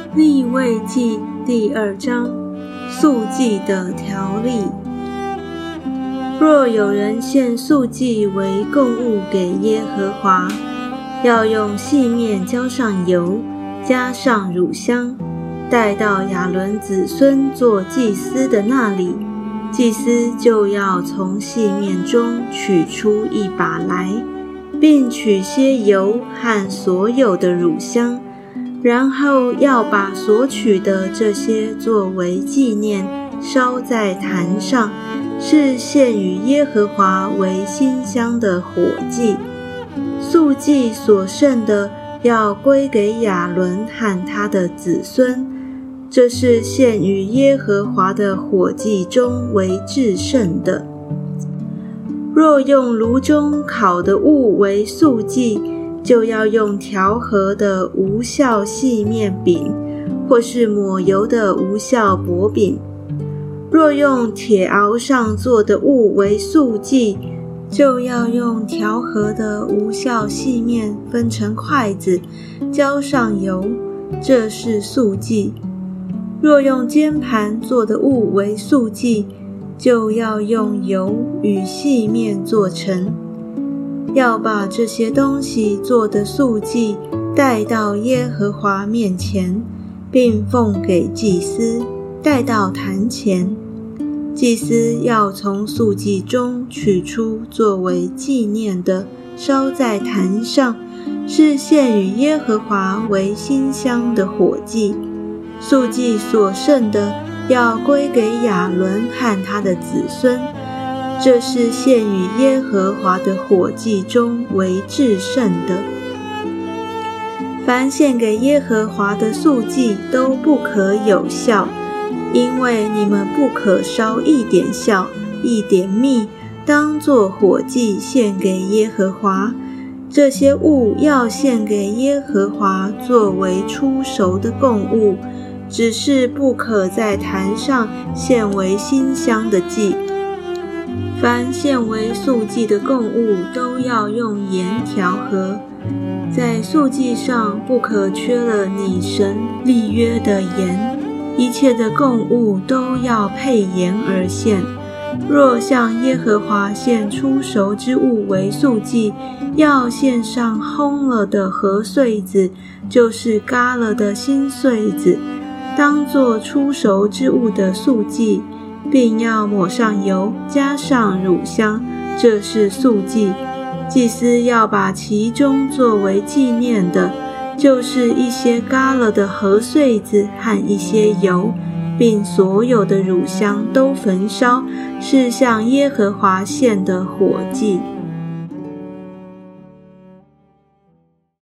利未记第2章，素祭的条例。若有人献素祭为供物给耶和华，要用细面浇上油，加上乳香，带到亚伦子孙做祭司的那里，祭司就要从细面中取出一把来，并取些油和所有的乳香，然后要把所取的这些作为纪念，烧在坛上，是献与耶和华为馨香的火祭。素祭所剩的要归给亚伦和他的子孙，这是献与耶和华的火祭中为至圣的。若用炉中烤的物为素祭，就要用调和的无酵细面饼，或是抹油的无酵薄饼。若用铁熬上做的物为素祭，就要用调和的无酵细面分成筷子，浇上油，这是素祭。若用煎盘做的物为素祭，就要用油与细面做成。要把这些东西做的素祭带到耶和华面前，并奉给祭司，带到坛前。祭司要从素祭中取出作为纪念的，烧在坛上，是献与耶和华为馨香的火祭。素祭所剩的要归给亚伦和他的子孙，这是献与耶和华的火祭中为至圣的。凡献给耶和华的素祭都不可有酵，因为你们不可烧一点酵、一点蜜，当作火祭献给耶和华。这些物要献给耶和华作为初熟的供物，只是不可在坛上献为馨香的祭。凡献为素祭的供物都要用盐调和，在素祭上不可缺了你神立约的盐，一切的供物都要配盐而献。若向耶和华献初熟之物为素祭，要献上烘了的禾穗子，就是嘎了的新穗子，当作初熟之物的素祭，并要抹上油，加上乳香，这是素祭。祭司要把其中作为纪念的，就是一些嘎了的禾穗子和一些油，并所有的乳香都焚烧，是向耶和华献的火祭。